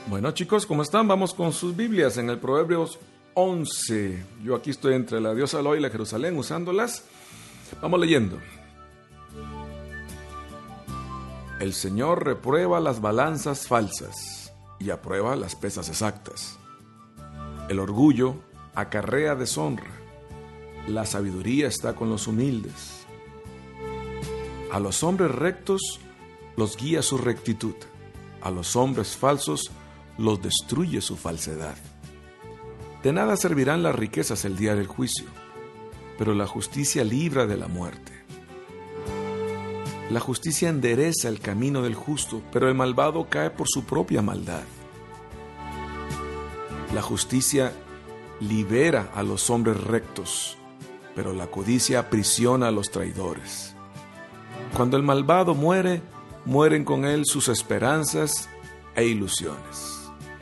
Bueno, chicos, ¿cómo están? Vamos con sus Biblias en el Proverbios 11. Yo aquí estoy entre la diosa Eloy y la Jerusalén usándolas. Vamos leyendo. El Señor reprueba las balanzas falsas y aprueba las pesas exactas. El orgullo acarrea deshonra. La sabiduría está con los humildes. A los hombres rectos los guía su rectitud. A los hombres falsos los destruye su falsedad. De nada servirán las riquezas el día del juicio, pero la justicia libra de la muerte. La justicia endereza el camino del justo, pero el malvado cae por su propia maldad. La justicia libera a los hombres rectos, pero la codicia aprisiona a los traidores. Cuando el malvado muere, mueren con él sus esperanzas e ilusiones.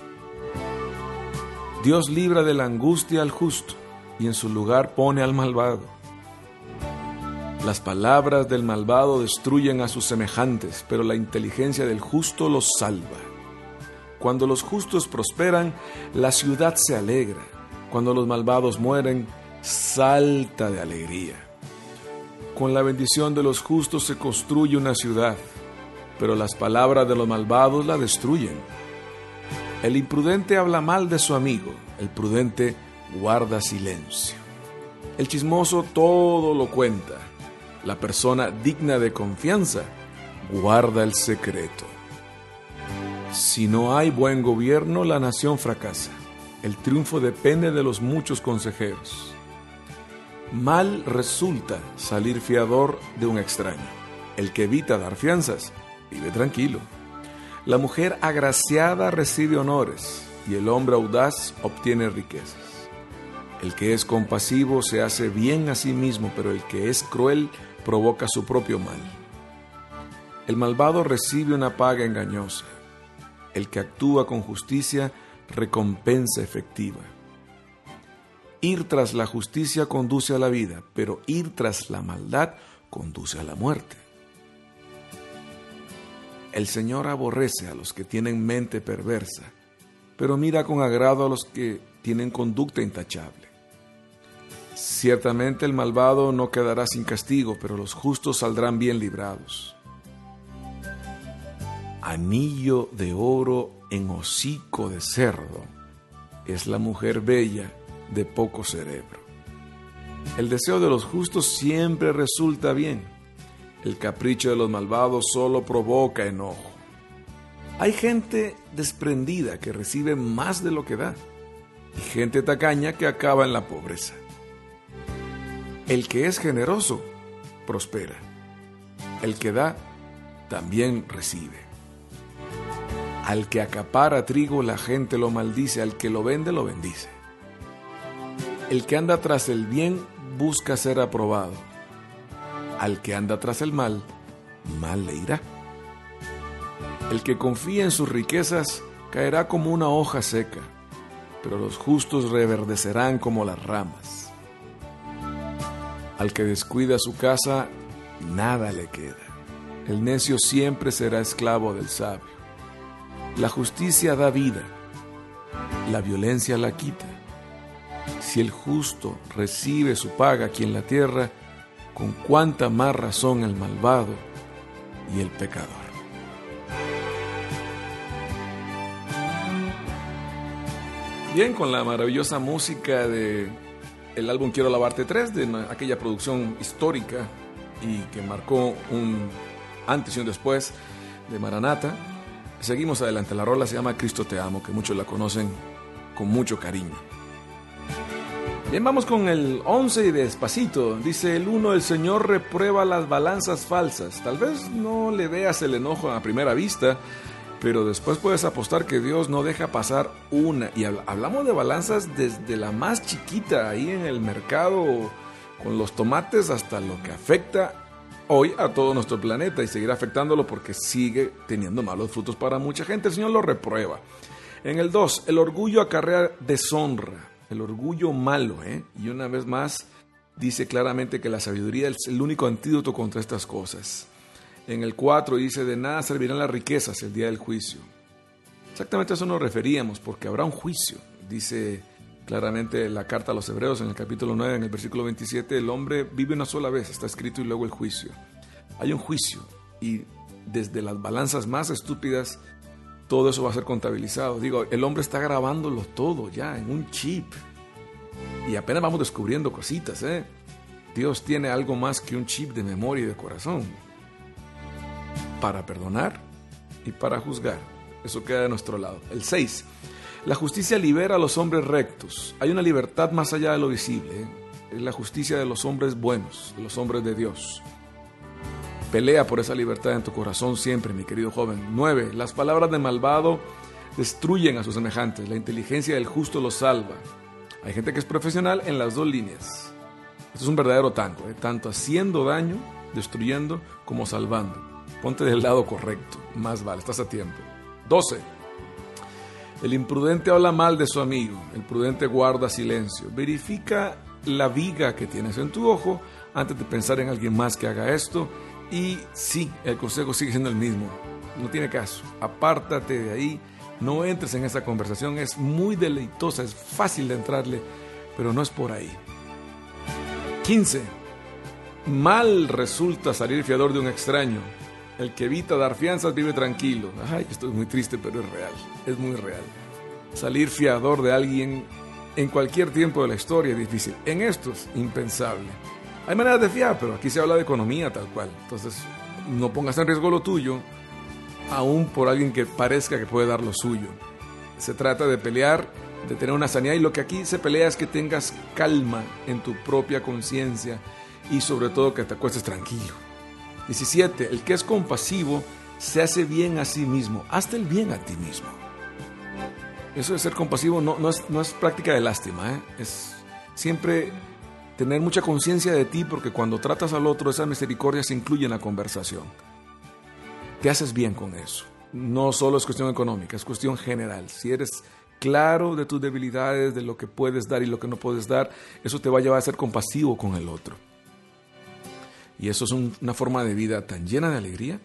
Dios libra de la angustia al justo y en su lugar pone al malvado. Las palabras del malvado destruyen a sus semejantes, pero la inteligencia del justo los salva. Cuando los justos prosperan, la ciudad se alegra. Cuando los malvados mueren, salta de alegría. Con la bendición de los justos se construye una ciudad, pero las palabras de los malvados la destruyen. El imprudente habla mal de su amigo, el prudente guarda silencio. El chismoso todo lo cuenta, la persona digna de confianza guarda el secreto. Si no hay buen gobierno, la nación fracasa. El triunfo depende de los muchos consejeros. Mal resulta salir fiador de un extraño. El que evita dar fianzas vive tranquilo. La mujer agraciada recibe honores y el hombre audaz obtiene riquezas. El que es compasivo se hace bien a sí mismo, pero el que es cruel provoca su propio mal. El malvado recibe una paga engañosa. El que actúa con justicia recompensa efectiva. Ir tras la justicia conduce a la vida, pero ir tras la maldad conduce a la muerte. El Señor aborrece a los que tienen mente perversa, pero mira con agrado a los que tienen conducta intachable. Ciertamente el malvado no quedará sin castigo, pero los justos saldrán bien librados. Anillo de oro en hocico de cerdo es la mujer bella de poco cerebro. El deseo de los justos siempre resulta bien. El capricho de los malvados solo provoca enojo. Hay gente desprendida que recibe más de lo que da, y gente tacaña que acaba en la pobreza. El que es generoso prospera. El que da también recibe. Al que acapara trigo la gente lo maldice, al que lo vende lo bendice. El que anda tras el bien busca ser aprobado. Al que anda tras el mal, mal le irá. El que confía en sus riquezas caerá como una hoja seca, pero los justos reverdecerán como las ramas. Al que descuida su casa, nada le queda. El necio siempre será esclavo del sabio. La justicia da vida, la violencia la quita. Si el justo recibe su paga aquí en la tierra, con cuánta más razón el malvado y el pecador. Bien, con la maravillosa música de el álbum Quiero Alabarte 3, de aquella producción histórica y que marcó un antes y un después de Maranata, seguimos adelante. La rola se llama Cristo te amo, que muchos la conocen con mucho cariño. Bien, vamos con el 11 y despacito. Dice el 1, el Señor reprueba las balanzas falsas. Tal vez no le veas el enojo a primera vista, pero después puedes apostar que Dios no deja pasar una. Y hablamos de balanzas desde la más chiquita ahí en el mercado con los tomates hasta lo que afecta hoy a todo nuestro planeta y seguirá afectándolo porque sigue teniendo malos frutos para mucha gente. El Señor lo reprueba. En el 2, el orgullo acarrea deshonra. El orgullo malo, Y una vez más dice claramente que la sabiduría es el único antídoto contra estas cosas. En el 4 dice, de nada servirán las riquezas el día del juicio. Exactamente a eso nos referíamos, porque habrá un juicio. Dice claramente la carta a los Hebreos en el capítulo 9, en el versículo 27, el hombre vive una sola vez, está escrito, y luego el juicio. Hay un juicio, y desde las balanzas más estúpidas, todo eso va a ser contabilizado. Digo, el hombre está grabándolo todo ya en un chip, y apenas vamos descubriendo cositas, ¿eh? Dios tiene algo más que un chip de memoria y de corazón, para perdonar y para juzgar. Eso queda de nuestro lado. El 6. La justicia libera a los hombres rectos. Hay una libertad más allá de lo visible, ¿eh? Es la justicia de los hombres buenos, de los hombres de Dios. Pelea por esa libertad en tu corazón siempre, mi querido joven. 9. Las palabras del malvado destruyen a sus semejantes. La inteligencia del justo los salva. Hay gente que es profesional en las dos líneas. Esto es un verdadero tango, ¿eh? Tanto haciendo daño, destruyendo, como salvando. Ponte del lado correcto, más vale, estás a tiempo. 12. El imprudente habla mal de su amigo, el prudente guarda silencio. Verifica la viga que tienes en tu ojo antes de pensar en alguien más que haga esto. Y sí, el consejo sigue siendo el mismo, no tiene caso. Apártate de ahí, no entres en esa conversación, es muy deleitosa, es fácil de entrarle, pero no es por ahí. 15. Mal resulta salir fiador de un extraño. El que evita dar fianzas vive tranquilo. Ay, esto es muy triste, pero es real, es muy real. Salir fiador de alguien en cualquier tiempo de la historia es difícil. En estos, impensable. Hay maneras de fiar, pero aquí se habla de economía tal cual. Entonces, no pongas en riesgo lo tuyo, aún por alguien que parezca que puede dar lo suyo. Se trata de pelear, de tener una sanidad, y lo que aquí se pelea es que tengas calma en tu propia conciencia y sobre todo que te acuestes tranquilo. 17. El que es compasivo se hace bien a sí mismo. Hazte el bien a ti mismo. Eso de ser compasivo no es práctica de lástima, ¿eh? Es siempre tener mucha conciencia de ti, porque cuando tratas al otro, esa misericordia se incluye en la conversación. Te haces bien con eso. No solo es cuestión económica, es cuestión general. Si eres claro de tus debilidades, de lo que puedes dar y lo que no puedes dar, eso te va a llevar a ser compasivo con el otro. Y eso es una forma de vida tan llena de alegría.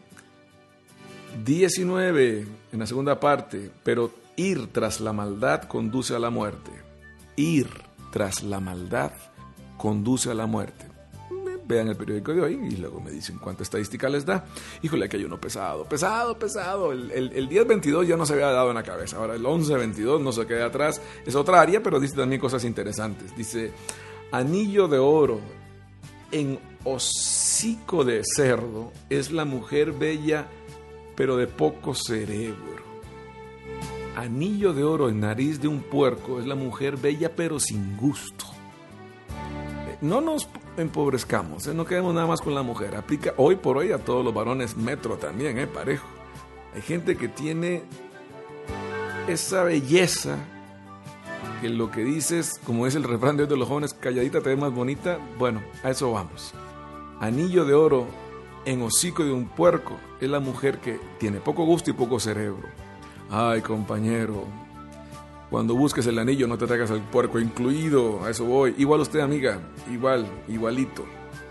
19, en la segunda parte, pero ir tras la maldad conduce a la muerte. Ir tras la maldad conduce a la muerte. Vean el periódico de hoy y luego me dicen cuánta estadística les da. Híjole, que hay uno pesado. El 10-22 ya no se había dado en la cabeza. Ahora el 11-22 no se queda atrás. Es otra área, pero dice también cosas interesantes. Dice, anillo de oro en hocico de cerdo es la mujer bella, pero de poco cerebro. Anillo de oro en nariz de un puerco es la mujer bella, pero sin gusto. No nos empobrezcamos, no quedemos nada más con la mujer. Aplica hoy por hoy a todos los varones metro también, parejo. Hay gente que tiene esa belleza que lo que dices, como es el refrán de hoy de los jóvenes, calladita te ves más bonita. Bueno, a eso vamos. Anillo de oro en hocico de un puerco es la mujer que tiene poco gusto y poco cerebro. Ay, compañero, cuando busques el anillo no te traigas el puerco incluido, a eso voy. Igual usted, amiga, igualito.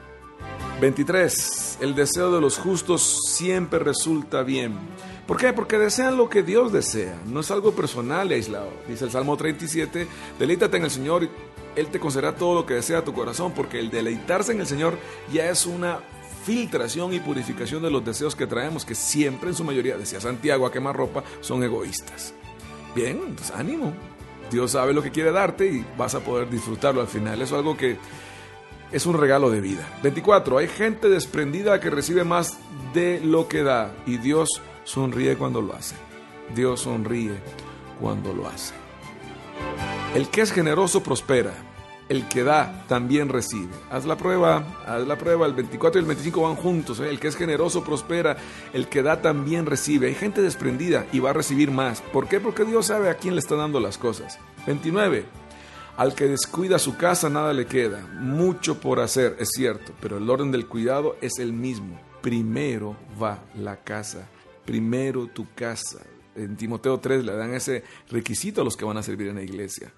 23. El deseo de los justos siempre resulta bien. ¿Por qué? Porque desean lo que Dios desea, no es algo personal y aislado. Dice el Salmo 37, deleítate en el Señor y Él te concederá todo lo que desea tu corazón, porque el deleitarse en el Señor ya es una filtración y purificación de los deseos que traemos, que siempre en su mayoría, decía Santiago a quemarropa, son egoístas. Bien, entonces ánimo. Dios sabe lo que quiere darte y vas a poder disfrutarlo al final. Eso es algo que es un regalo de vida. 24. Hay gente desprendida que recibe más de lo que da y Dios sonríe cuando lo hace. Dios sonríe cuando lo hace. El que es generoso prospera. El que da también recibe. Haz la prueba. El 24 y el 25 van juntos. El que es generoso prospera. El que da también recibe. Hay gente desprendida y va a recibir más. ¿Por qué? Porque Dios sabe a quién le está dando las cosas. 29. Al que descuida su casa nada le queda. Mucho por hacer, es cierto, pero el orden del cuidado es el mismo. Primero va la casa. Primero tu casa. En Timoteo 3 le dan ese requisito a los que van a servir en la iglesia.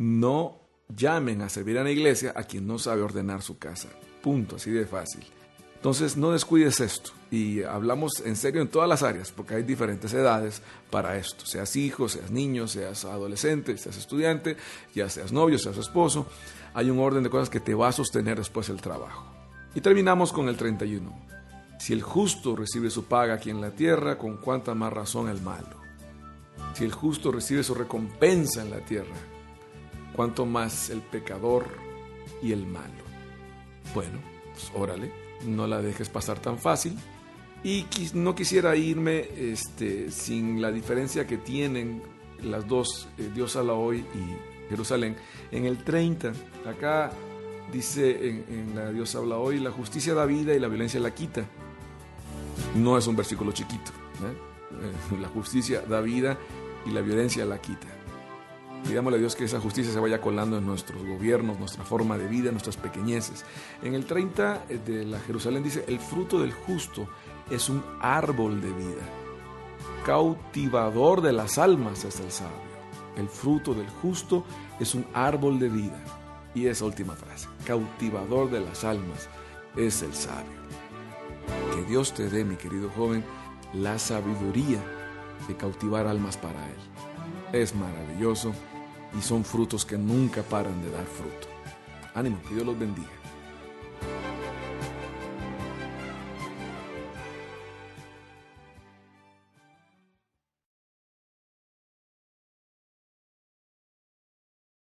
No llamen a servir en la iglesia a quien no sabe ordenar su casa. Punto, así de fácil. Entonces no descuides esto, y hablamos en serio en todas las áreas, porque hay diferentes edades para esto, seas hijo, seas niño, seas adolescente, seas estudiante, ya seas novio, seas esposo, hay un orden de cosas que te va a sostener después el trabajo. Y terminamos con el 31. Si el justo recibe su paga aquí en la tierra, con cuánta más razón el malo. Si el justo recibe su recompensa en la tierra, cuánto más el pecador y el malo. Bueno, pues órale, no la dejes pasar tan fácil. Y no quisiera irme sin la diferencia que tienen las dos, Dios habla hoy y Jerusalén. En el 30, acá dice en la Dios habla hoy, la justicia da vida y la violencia la quita. No es un versículo chiquito, la justicia da vida y la violencia la quita. Pidámosle a Dios que esa justicia se vaya colando en nuestros gobiernos, nuestra forma de vida, nuestras pequeñeces. En el 30 de la Jerusalén dice, el fruto del justo es un árbol de vida. Cautivador de las almas es el sabio. El fruto del justo es un árbol de vida. Y esa última frase, cautivador de las almas es el sabio. Que Dios te dé, mi querido joven, la sabiduría de cautivar almas para Él. Es maravilloso y son frutos que nunca paran de dar fruto. Ánimo, que Dios los bendiga.